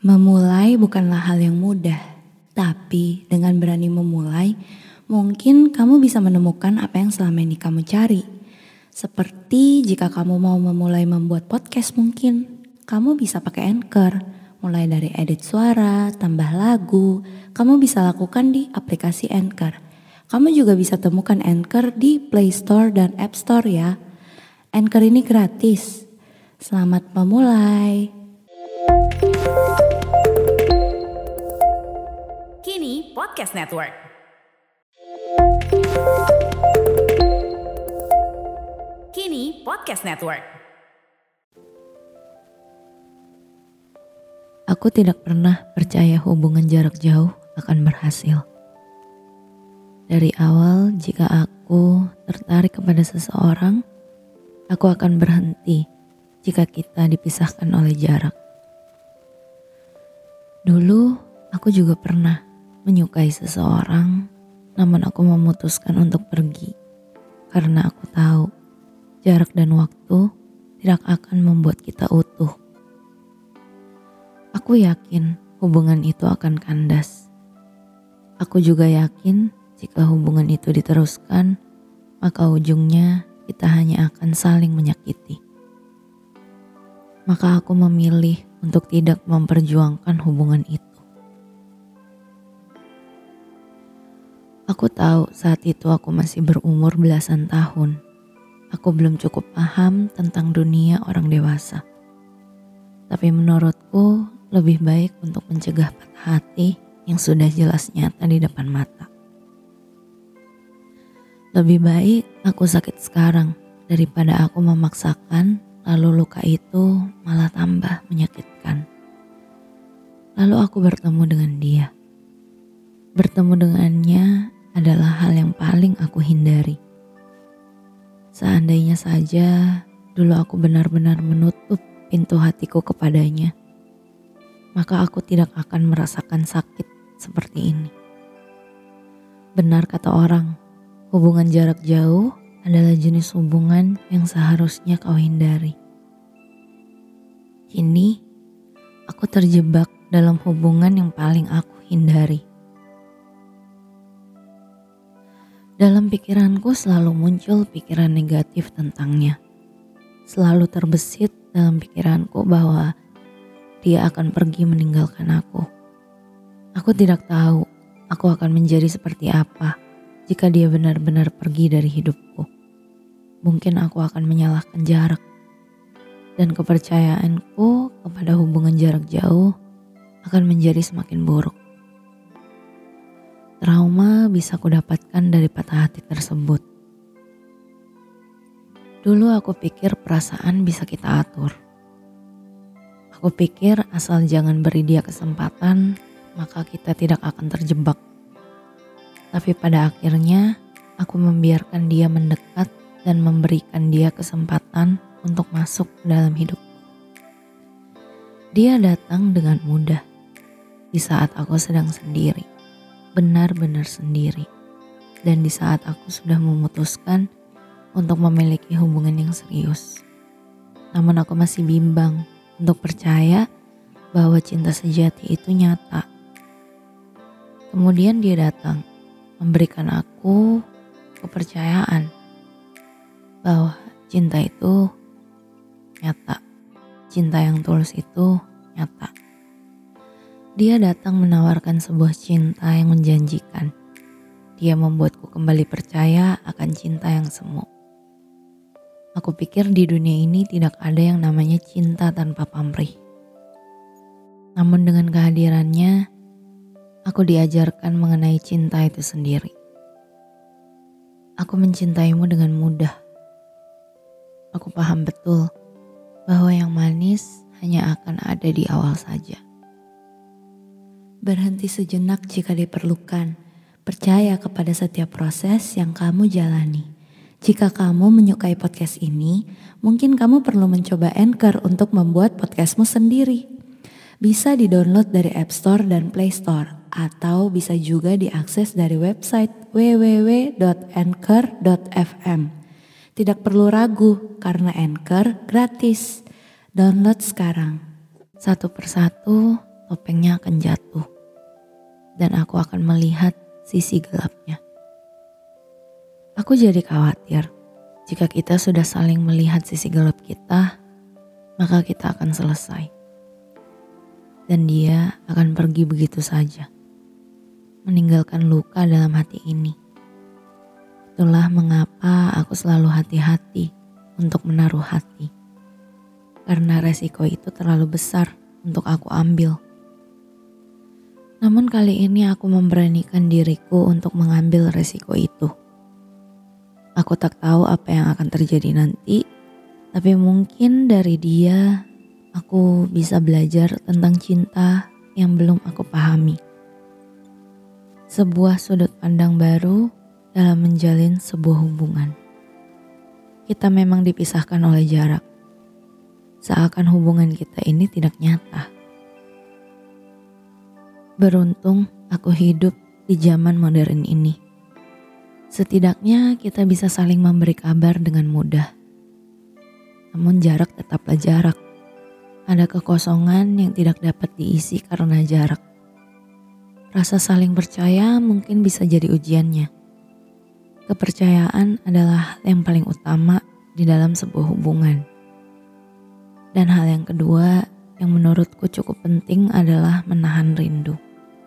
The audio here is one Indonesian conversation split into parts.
Memulai bukanlah hal yang mudah, tapi dengan berani memulai, mungkin kamu bisa menemukan apa yang selama ini kamu cari. Seperti jika kamu mau memulai membuat podcast mungkin, kamu bisa pakai Anchor. Mulai dari edit suara, tambah lagu, kamu bisa lakukan di aplikasi Anchor. Kamu juga bisa temukan Anchor di Play Store dan App Store ya. Anchor ini gratis. Selamat memulai. Kini Podcast Network. Kini Podcast Network. Aku tidak pernah percaya hubungan jarak jauh akan berhasil. Dari awal, jika aku tertarik kepada seseorang, aku akan berhenti jika kita dipisahkan oleh jarak. Dulu, aku juga pernah menyukai seseorang, namun aku memutuskan untuk pergi karena aku tahu jarak dan waktu tidak akan membuat kita utuh. Aku yakin hubungan itu akan kandas. Aku juga yakin jika hubungan itu diteruskan, maka ujungnya kita hanya akan saling menyakiti. Maka aku memilih untuk tidak memperjuangkan hubungan itu. Aku tahu saat itu aku masih berumur belasan tahun. Aku belum cukup paham tentang dunia orang dewasa. Tapi menurutku lebih baik untuk mencegah patah hati yang sudah jelas nyata di depan mata. Lebih baik aku sakit sekarang daripada aku memaksakan lalu luka itu malah tambah menyakitkan. Lalu aku bertemu dengan dia. Bertemu dengannya adalah hal yang paling aku hindari. Seandainya saja dulu aku benar-benar menutup pintu hatiku kepadanya, maka aku tidak akan merasakan sakit seperti ini. Benar kata orang, hubungan jarak jauh adalah jenis hubungan yang seharusnya kau hindari. Kini, aku terjebak dalam hubungan yang paling aku hindari. Dalam pikiranku selalu muncul pikiran negatif tentangnya. Selalu terbesit dalam pikiranku bahwa dia akan pergi meninggalkan aku. Aku tidak tahu aku akan menjadi seperti apa jika dia benar-benar pergi dari hidupku. Mungkin aku akan menyalahkan jarak. Dan kepercayaanku kepada hubungan jarak jauh akan menjadi semakin buruk. Trauma bisa kudapatkan dari patah hati tersebut. Dulu aku pikir perasaan bisa kita atur. Aku pikir asal jangan beri dia kesempatan, maka kita tidak akan terjebak. Tapi pada akhirnya, aku membiarkan dia mendekat dan memberikan dia kesempatan untuk masuk ke dalam hidupku. Dia datang dengan mudah di saat aku sedang sendiri, benar-benar sendiri. Dan di saat aku sudah memutuskan untuk memiliki hubungan yang serius. Namun aku masih bimbang untuk percaya bahwa cinta sejati itu nyata. Kemudian dia datang, memberikan aku kepercayaan bahwa cinta itu nyata. Cinta yang tulus itu nyata. Dia datang menawarkan sebuah cinta yang menjanjikan. Dia membuatku kembali percaya akan cinta yang semu. Aku pikir di dunia ini tidak ada yang namanya cinta tanpa pamrih. Namun dengan kehadirannya, aku diajarkan mengenai cinta itu sendiri. Aku mencintaimu dengan mudah. Aku paham betul bahwa yang manis hanya akan ada di awal saja. Berhenti sejenak jika diperlukan. Percaya kepada setiap proses yang kamu jalani. Jika kamu menyukai podcast ini, mungkin kamu perlu mencoba Anchor untuk membuat podcastmu sendiri. Bisa di-download dari App Store dan Play Store, atau bisa juga diakses dari website www.anchor.fm. Tidak perlu ragu, karena Anchor gratis. Download sekarang. Satu persatu, topengnya akan jatuh dan aku akan melihat sisi gelapnya. Aku jadi khawatir jika kita sudah saling melihat sisi gelap kita, maka kita akan selesai. Dan dia akan pergi begitu saja, meninggalkan luka dalam hati ini. Itulah mengapa aku selalu hati-hati untuk menaruh hati. Karena resiko itu terlalu besar untuk aku ambil. Namun kali ini aku memberanikan diriku untuk mengambil resiko itu. Aku tak tahu apa yang akan terjadi nanti, tapi mungkin dari dia aku bisa belajar tentang cinta yang belum aku pahami. Sebuah sudut pandang baru dalam menjalin sebuah hubungan. Kita memang dipisahkan oleh jarak. Seakan hubungan kita ini tidak nyata. Beruntung aku hidup di zaman modern ini. Setidaknya kita bisa saling memberi kabar dengan mudah. Namun jarak tetaplah jarak. Ada kekosongan yang tidak dapat diisi karena jarak. Rasa saling percaya mungkin bisa jadi ujiannya. Kepercayaan adalah hal yang paling utama di dalam sebuah hubungan. Dan hal yang kedua yang menurutku cukup penting adalah menahan rindu.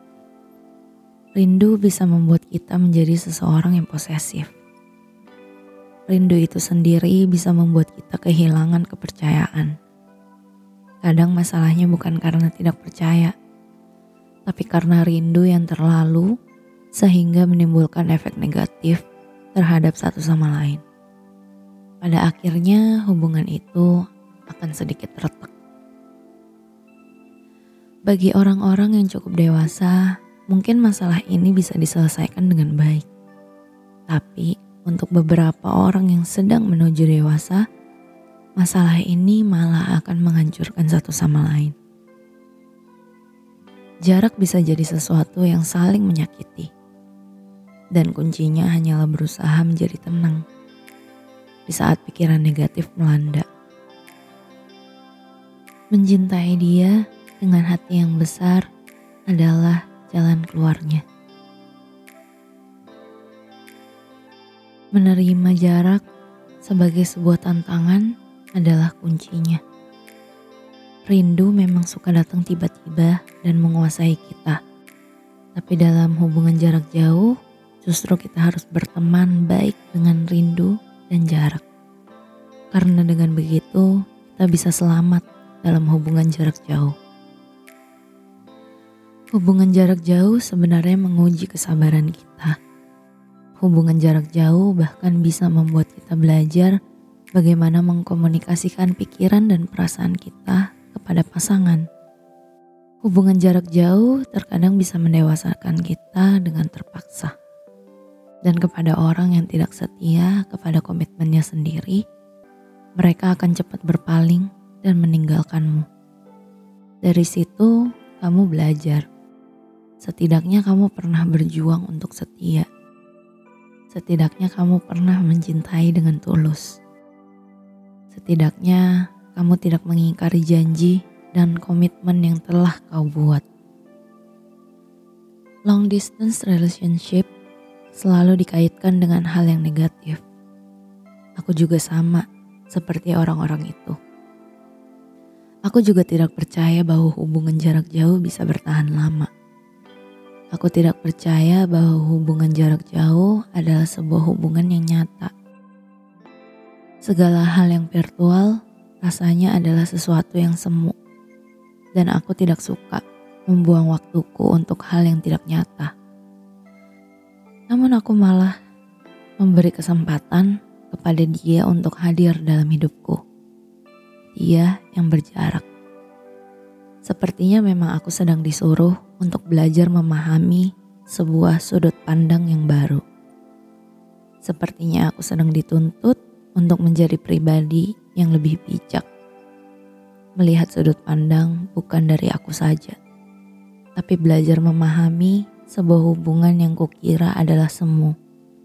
Rindu bisa membuat kita menjadi seseorang yang posesif. Rindu itu sendiri bisa membuat kita kehilangan kepercayaan. Kadang masalahnya bukan karena tidak percaya, tapi karena rindu yang terlalu sehingga menimbulkan efek negatif terhadap satu sama lain. Pada akhirnya hubungan itu akan sedikit retak. Bagi orang-orang yang cukup dewasa, mungkin masalah ini bisa diselesaikan dengan baik. Tapi untuk beberapa orang yang sedang menuju dewasa, masalah ini malah akan menghancurkan satu sama lain. Jarak bisa jadi sesuatu yang saling menyakiti. Dan kuncinya hanyalah berusaha menjadi tenang di saat pikiran negatif melanda. Mencintai dia dengan hati yang besar adalah jalan keluarnya. Menerima jarak sebagai sebuah tantangan adalah kuncinya. Rindu memang suka datang tiba-tiba dan menguasai kita. Tapi dalam hubungan jarak jauh, justru kita harus berteman baik dengan rindu dan jarak. Karena dengan begitu, kita bisa selamat dalam hubungan jarak jauh. Hubungan jarak jauh sebenarnya menguji kesabaran kita. Hubungan jarak jauh bahkan bisa membuat kita belajar bagaimana mengkomunikasikan pikiran dan perasaan kita kepada pasangan. Hubungan jarak jauh terkadang bisa mendewasakan kita dengan terpaksa. Dan kepada orang yang tidak setia kepada komitmennya sendiri, mereka akan cepat berpaling dan meninggalkanmu. Dari situ, kamu belajar. Setidaknya kamu pernah berjuang untuk setia. Setidaknya kamu pernah mencintai dengan tulus. Setidaknya kamu tidak mengingkari janji dan komitmen yang telah kau buat. Long distance relationship selalu dikaitkan dengan hal yang negatif. Aku juga sama seperti orang-orang itu. Aku juga tidak percaya bahwa hubungan jarak jauh bisa bertahan lama. Aku tidak percaya bahwa hubungan jarak jauh adalah sebuah hubungan yang nyata. Segala hal yang virtual rasanya adalah sesuatu yang semu. Dan aku tidak suka membuang waktuku untuk hal yang tidak nyata. Namun aku malah memberi kesempatan kepada dia untuk hadir dalam hidupku. Dia yang berjarak. Sepertinya memang aku sedang disuruh untuk belajar memahami sebuah sudut pandang yang baru. Sepertinya aku sedang dituntut untuk menjadi pribadi yang lebih bijak. Melihat sudut pandang bukan dari aku saja, tapi belajar memahami sebuah hubungan yang kukira adalah semu.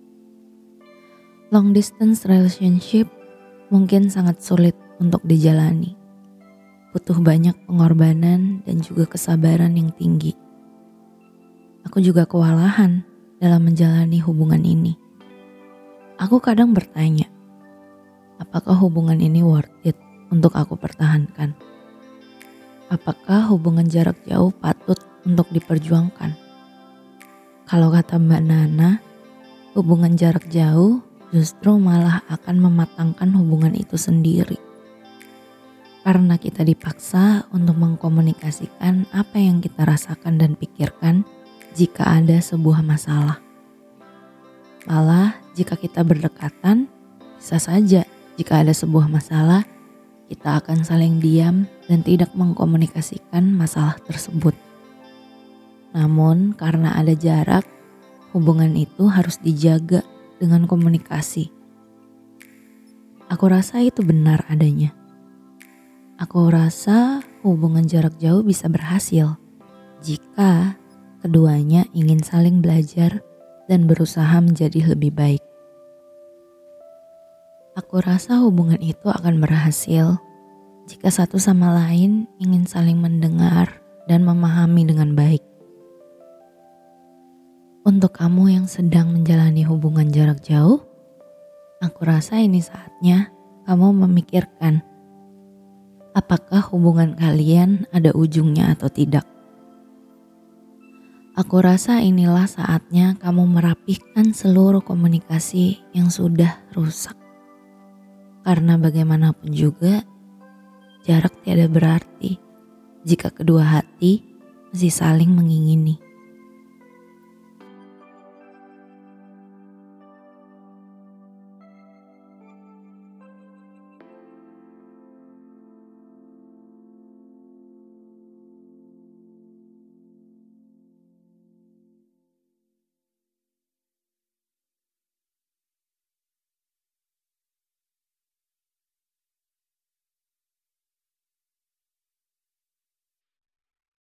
Long distance relationship mungkin sangat sulit untuk dijalani. butuh banyak pengorbanan dan juga kesabaran yang tinggi. Aku juga kewalahan dalam menjalani hubungan ini. Aku kadang bertanya, apakah hubungan ini worth it untuk aku pertahankan? Apakah hubungan jarak jauh patut untuk diperjuangkan? Kalau kata Mbak Nana, hubungan jarak jauh justru malah akan mematangkan hubungan itu sendiri. Karena kita dipaksa untuk mengkomunikasikan apa yang kita rasakan dan pikirkan jika ada sebuah masalah. Malah jika kita berdekatan, bisa saja jika ada sebuah masalah, kita akan saling diam dan tidak mengkomunikasikan masalah tersebut. Namun karena ada jarak, hubungan itu harus dijaga dengan komunikasi. Aku rasa itu benar adanya. Aku rasa hubungan jarak jauh bisa berhasil jika keduanya ingin saling belajar dan berusaha menjadi lebih baik. Aku rasa hubungan itu akan berhasil jika satu sama lain ingin saling mendengar dan memahami dengan baik. Untuk kamu yang sedang menjalani hubungan jarak jauh, aku rasa ini saatnya kamu memikirkan apakah hubungan kalian ada ujungnya atau tidak. Aku rasa inilah saatnya kamu merapihkan seluruh komunikasi yang sudah rusak. Karena bagaimanapun juga, jarak tiada berarti jika kedua hati masih saling mengingini.